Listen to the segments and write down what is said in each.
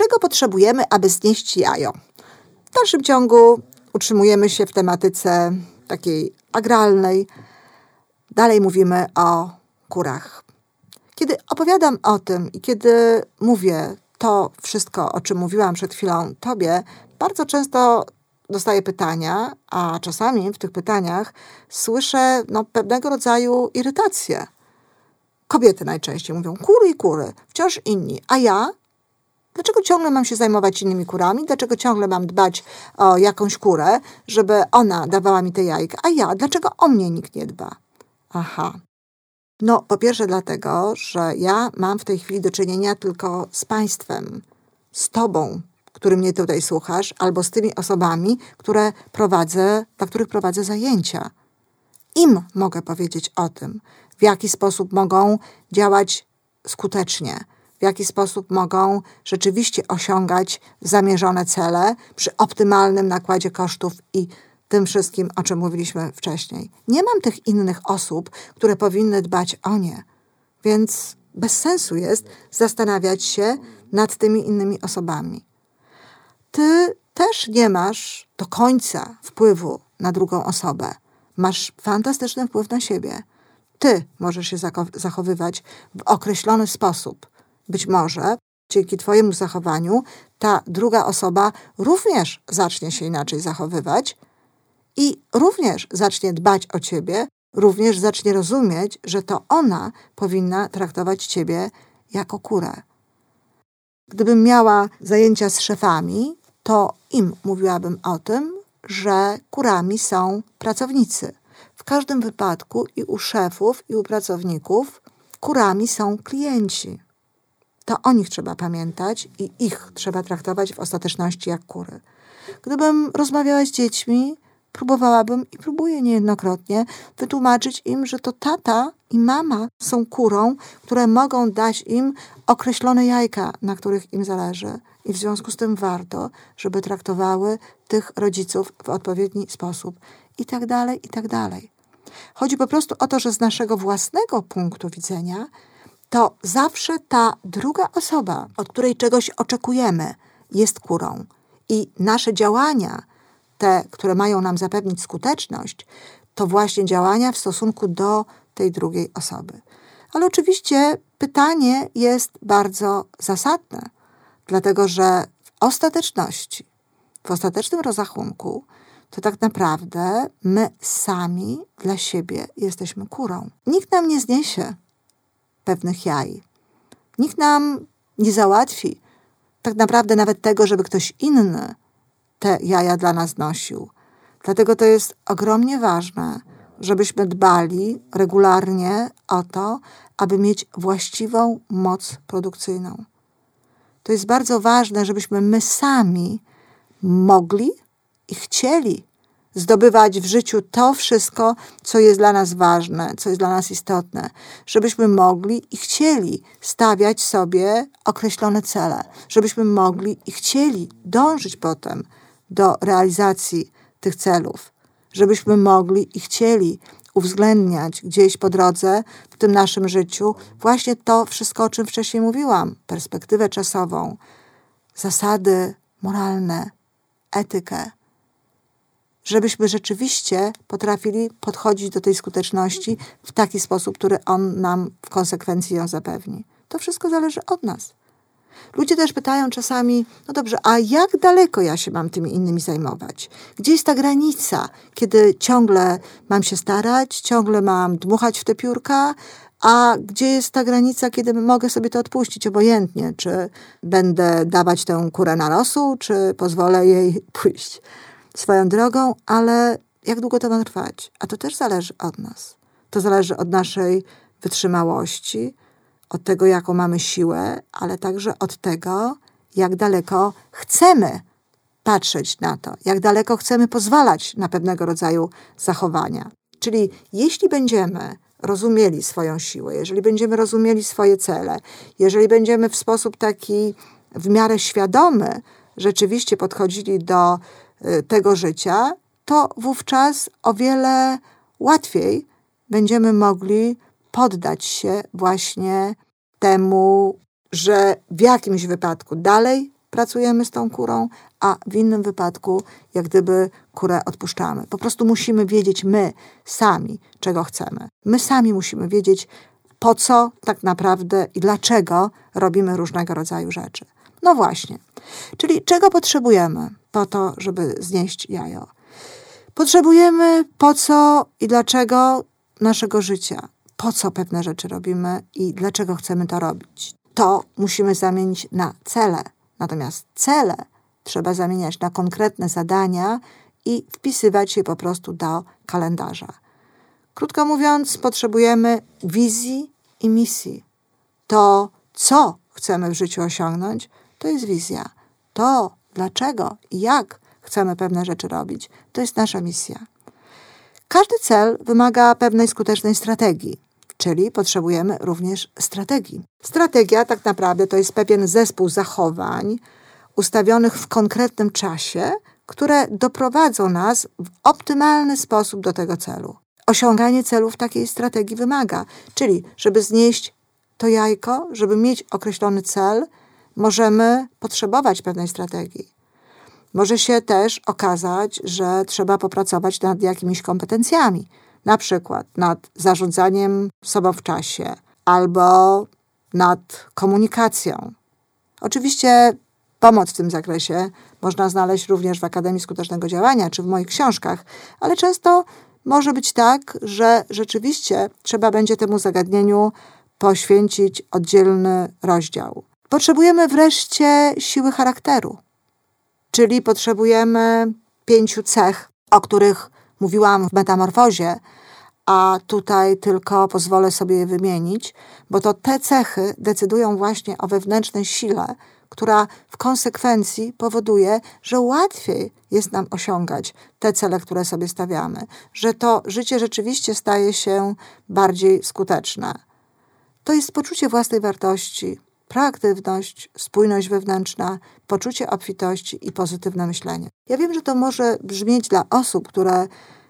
czego potrzebujemy, aby znieść jajo? W dalszym ciągu utrzymujemy się w tematyce takiej agralnej. Dalej mówimy o kurach. Kiedy opowiadam o tym i kiedy mówię to wszystko, o czym mówiłam przed chwilą tobie, bardzo często dostaję pytania, a czasami w tych pytaniach słyszę pewnego rodzaju irytację. Kobiety najczęściej mówią kury i kury, wciąż inni. A ja? Dlaczego ciągle mam się zajmować innymi kurami? Dlaczego ciągle mam dbać o jakąś kurę, żeby ona dawała mi te jajka? A ja? Dlaczego o mnie nikt nie dba? Aha. Po pierwsze dlatego, że ja mam w tej chwili do czynienia tylko z państwem, z tobą, który mnie tutaj słuchasz, albo z tymi osobami, dla których prowadzę zajęcia. Im mogę powiedzieć o tym, w jaki sposób mogą działać skutecznie, w jaki sposób mogą rzeczywiście osiągać zamierzone cele przy optymalnym nakładzie kosztów i tym wszystkim, o czym mówiliśmy wcześniej. Nie mam tych innych osób, które powinny dbać o nie, więc bez sensu jest zastanawiać się nad tymi innymi osobami. Ty też nie masz do końca wpływu na drugą osobę. Masz fantastyczny wpływ na siebie. Ty możesz się zachowywać w określony sposób. Być może dzięki twojemu zachowaniu ta druga osoba również zacznie się inaczej zachowywać i również zacznie dbać o ciebie, również zacznie rozumieć, że to ona powinna traktować ciebie jako kurę. Gdybym miała zajęcia z szefami, to im mówiłabym o tym, że kurami są pracownicy. W każdym wypadku i u szefów, i u pracowników kurami są klienci. To o nich trzeba pamiętać i ich trzeba traktować w ostateczności jak kury. Gdybym rozmawiała z dziećmi, próbowałabym i próbuję niejednokrotnie wytłumaczyć im, że to tata i mama są kurą, które mogą dać im określone jajka, na których im zależy. I w związku z tym warto, żeby traktowały tych rodziców w odpowiedni sposób. I tak dalej, i tak dalej. Chodzi po prostu o to, że z naszego własnego punktu widzenia to zawsze ta druga osoba, od której czegoś oczekujemy, jest kurą. I nasze działania, te, które mają nam zapewnić skuteczność, to właśnie działania w stosunku do tej drugiej osoby. Ale oczywiście pytanie jest bardzo zasadne, dlatego że w ostatecznym rozrachunku, to tak naprawdę my sami dla siebie jesteśmy kurą. Nikt nam nie zniesie pewnych jaj. Nikt nam nie załatwi tak naprawdę nawet tego, żeby ktoś inny te jaja dla nas nosił. Dlatego to jest ogromnie ważne, żebyśmy dbali regularnie o to, aby mieć właściwą moc produkcyjną. To jest bardzo ważne, żebyśmy my sami mogli i chcieli zdobywać w życiu to wszystko, co jest dla nas ważne, co jest dla nas istotne. Żebyśmy mogli i chcieli stawiać sobie określone cele. Żebyśmy mogli i chcieli dążyć potem do realizacji tych celów. Żebyśmy mogli i chcieli uwzględniać gdzieś po drodze w tym naszym życiu właśnie to wszystko, o czym wcześniej mówiłam. Perspektywę czasową, zasady moralne, etykę. Żebyśmy rzeczywiście potrafili podchodzić do tej skuteczności w taki sposób, który on nam w konsekwencji ją zapewni. To wszystko zależy od nas. Ludzie też pytają czasami, no dobrze, a jak daleko ja się mam tymi innymi zajmować? Gdzie jest ta granica, kiedy ciągle mam się starać, ciągle mam dmuchać w te piórka, a gdzie jest ta granica, kiedy mogę sobie to odpuścić obojętnie? Czy będę dawać tę kurę na rosół, czy pozwolę jej pójść swoją drogą, ale jak długo to ma trwać? A to też zależy od nas. To zależy od naszej wytrzymałości, od tego, jaką mamy siłę, ale także od tego, jak daleko chcemy patrzeć na to, jak daleko chcemy pozwalać na pewnego rodzaju zachowania. Czyli jeśli będziemy rozumieli swoją siłę, jeżeli będziemy rozumieli swoje cele, jeżeli będziemy w sposób taki w miarę świadomy rzeczywiście podchodzili do tego życia, to wówczas o wiele łatwiej będziemy mogli poddać się właśnie temu, że w jakimś wypadku dalej pracujemy z tą kurą, a w innym wypadku jak gdyby kurę odpuszczamy. Po prostu musimy wiedzieć my sami, czego chcemy. My sami musimy wiedzieć, po co tak naprawdę i dlaczego robimy różnego rodzaju rzeczy. No właśnie. Czyli czego potrzebujemy po to, żeby znieść jajo? Potrzebujemy po co i dlaczego naszego życia. Po co pewne rzeczy robimy i dlaczego chcemy to robić. To musimy zamienić na cele. Natomiast cele trzeba zamieniać na konkretne zadania i wpisywać je po prostu do kalendarza. Krótko mówiąc, potrzebujemy wizji i misji. To, co chcemy w życiu osiągnąć, to jest wizja. To, dlaczego i jak chcemy pewne rzeczy robić, to jest nasza misja. Każdy cel wymaga pewnej skutecznej strategii, czyli potrzebujemy również strategii. Strategia tak naprawdę to jest pewien zespół zachowań ustawionych w konkretnym czasie, które doprowadzą nas w optymalny sposób do tego celu. Osiąganie celów takiej strategii wymaga, czyli żeby znieść to jajko, żeby mieć określony cel, możemy potrzebować pewnej strategii. Może się też okazać, że trzeba popracować nad jakimiś kompetencjami, na przykład nad zarządzaniem sobą w czasie albo nad komunikacją. Oczywiście pomoc w tym zakresie można znaleźć również w Akademii Skutecznego Działania czy w moich książkach, ale często może być tak, że rzeczywiście trzeba będzie temu zagadnieniu poświęcić oddzielny rozdział. Potrzebujemy wreszcie siły charakteru, czyli potrzebujemy 5 cech, o których mówiłam w metamorfozie, a tutaj tylko pozwolę sobie je wymienić, bo to te cechy decydują właśnie o wewnętrznej sile, która w konsekwencji powoduje, że łatwiej jest nam osiągać te cele, które sobie stawiamy, że to życie rzeczywiście staje się bardziej skuteczne. To jest poczucie własnej wartości, proaktywność, spójność wewnętrzna, poczucie obfitości i pozytywne myślenie. Ja wiem, że to może brzmieć dla osób, które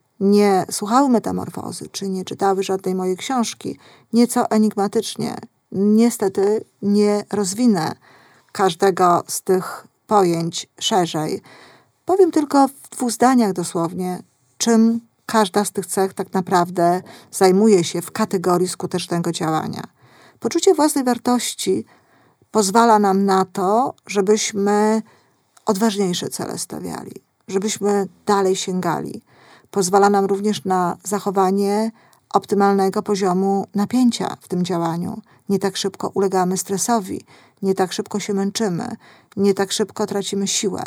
nie słuchały metamorfozy, czy nie czytały żadnej mojej książki, nieco enigmatycznie. Niestety nie rozwinę każdego z tych pojęć szerzej. Powiem tylko w 2 zdaniach dosłownie, czym każda z tych cech tak naprawdę zajmuje się w kategorii skutecznego działania. Poczucie własnej wartości pozwala nam na to, żebyśmy odważniejsze cele stawiali, żebyśmy dalej sięgali. Pozwala nam również na zachowanie optymalnego poziomu napięcia w tym działaniu. Nie tak szybko ulegamy stresowi, nie tak szybko się męczymy, nie tak szybko tracimy siłę.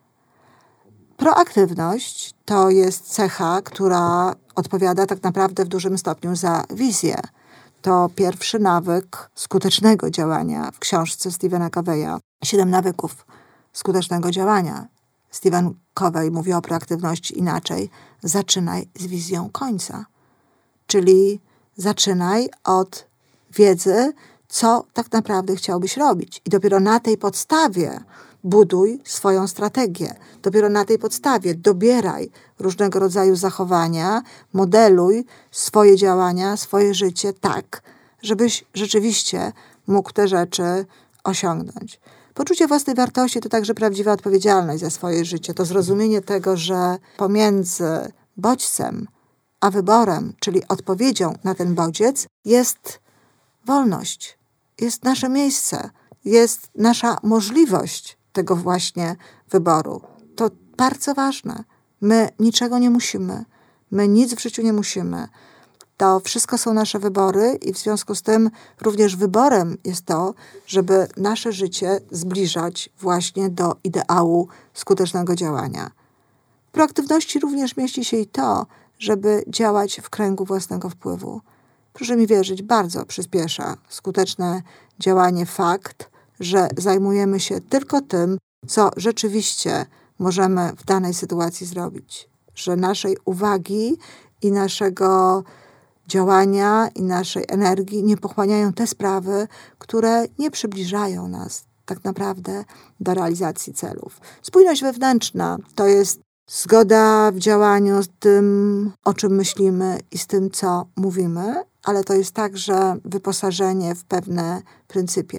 Proaktywność to jest cecha, która odpowiada tak naprawdę w dużym stopniu za wizję. To pierwszy nawyk skutecznego działania w książce Stephena Coveya 7 nawyków skutecznego działania. Stephen Covey mówi o proaktywności inaczej. Zaczynaj z wizją końca. Czyli zaczynaj od wiedzy, co tak naprawdę chciałbyś robić. I dopiero na tej podstawie buduj swoją strategię. Dopiero na tej podstawie dobieraj różnego rodzaju zachowania, modeluj swoje działania, swoje życie tak, żebyś rzeczywiście mógł te rzeczy osiągnąć. Poczucie własnej wartości to także prawdziwa odpowiedzialność za swoje życie. To zrozumienie tego, że pomiędzy bodźcem a wyborem, czyli odpowiedzią na ten bodziec, jest wolność, jest nasze miejsce, jest nasza możliwość tego właśnie wyboru. To bardzo ważne. My niczego nie musimy. My nic w życiu nie musimy. To wszystko są nasze wybory i w związku z tym również wyborem jest to, żeby nasze życie zbliżać właśnie do ideału skutecznego działania. W proaktywności również mieści się i to, żeby działać w kręgu własnego wpływu. Proszę mi wierzyć, bardzo przyspiesza skuteczne działanie fakt, że zajmujemy się tylko tym, co rzeczywiście możemy w danej sytuacji zrobić. Że naszej uwagi i naszego działania i naszej energii nie pochłaniają te sprawy, które nie przybliżają nas tak naprawdę do realizacji celów. Spójność wewnętrzna to jest zgoda w działaniu z tym, o czym myślimy i z tym, co mówimy, ale to jest także wyposażenie w pewne pryncypia, w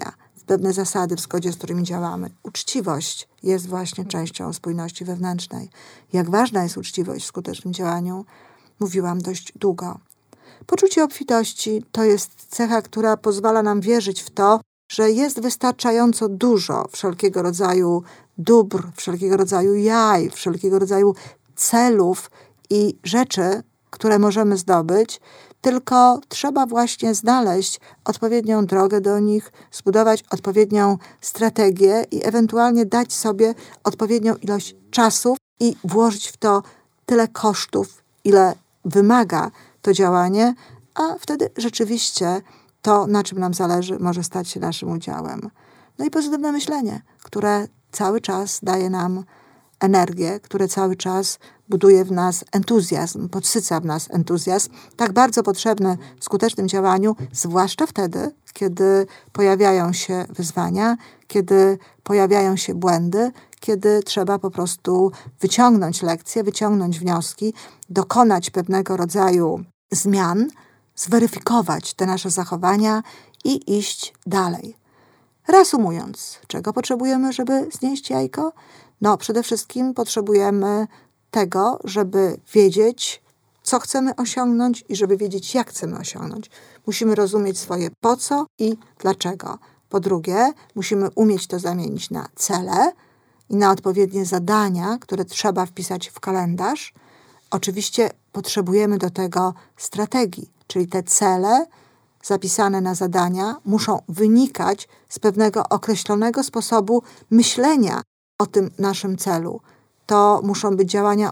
pewne zasady, w zgodzie z którymi działamy. Uczciwość jest właśnie częścią spójności wewnętrznej. Jak ważna jest uczciwość w skutecznym działaniu, mówiłam dość długo. Poczucie obfitości to jest cecha, która pozwala nam wierzyć w to, że jest wystarczająco dużo wszelkiego rodzaju dóbr, wszelkiego rodzaju jaj, wszelkiego rodzaju celów i rzeczy, które możemy zdobyć, tylko trzeba właśnie znaleźć odpowiednią drogę do nich, zbudować odpowiednią strategię i ewentualnie dać sobie odpowiednią ilość czasu i włożyć w to tyle kosztów, ile wymaga to działanie, a wtedy rzeczywiście to, na czym nam zależy, może stać się naszym udziałem. No i pozytywne myślenie, które cały czas daje nam energię, które cały czas buduje w nas entuzjazm, podsyca w nas entuzjazm, tak bardzo potrzebny w skutecznym działaniu, zwłaszcza wtedy, kiedy pojawiają się wyzwania, kiedy pojawiają się błędy, kiedy trzeba po prostu wyciągnąć lekcje, wyciągnąć wnioski, dokonać pewnego rodzaju zmian, zweryfikować te nasze zachowania i iść dalej. Reasumując, czego potrzebujemy, żeby znieść jajko? No, przede wszystkim potrzebujemy tego, żeby wiedzieć, co chcemy osiągnąć i żeby wiedzieć, jak chcemy osiągnąć. Musimy rozumieć swoje po co i dlaczego. Po drugie, musimy umieć to zamienić na cele i na odpowiednie zadania, które trzeba wpisać w kalendarz. Oczywiście potrzebujemy do tego strategii, czyli te cele zapisane na zadania muszą wynikać z pewnego określonego sposobu myślenia o tym naszym celu. To muszą być działania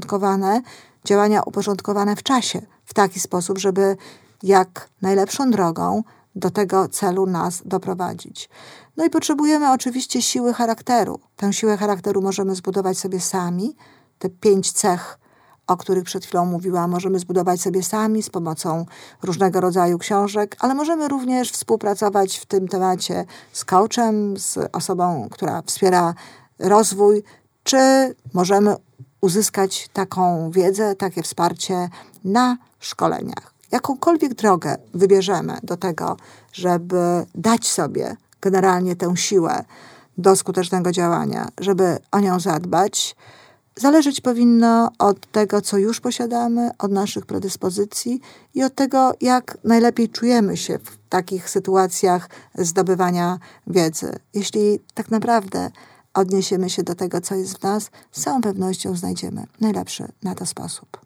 uporządkowane w czasie, w taki sposób, żeby jak najlepszą drogą do tego celu nas doprowadzić. No i potrzebujemy oczywiście siły charakteru. Tę siłę charakteru możemy zbudować sobie sami. Te 5 cech, o których przed chwilą mówiłam, możemy zbudować sobie sami z pomocą różnego rodzaju książek, ale możemy również współpracować w tym temacie z coachem, z osobą, która wspiera rozwój, czy możemy uzyskać taką wiedzę, takie wsparcie na szkoleniach. Jakąkolwiek drogę wybierzemy do tego, żeby dać sobie generalnie tę siłę do skutecznego działania, żeby o nią zadbać, zależeć powinno od tego, co już posiadamy, od naszych predyspozycji i od tego, jak najlepiej czujemy się w takich sytuacjach zdobywania wiedzy. Jeśli tak naprawdę odniesiemy się do tego, co jest w nas, z całą pewnością znajdziemy najlepszy na to sposób.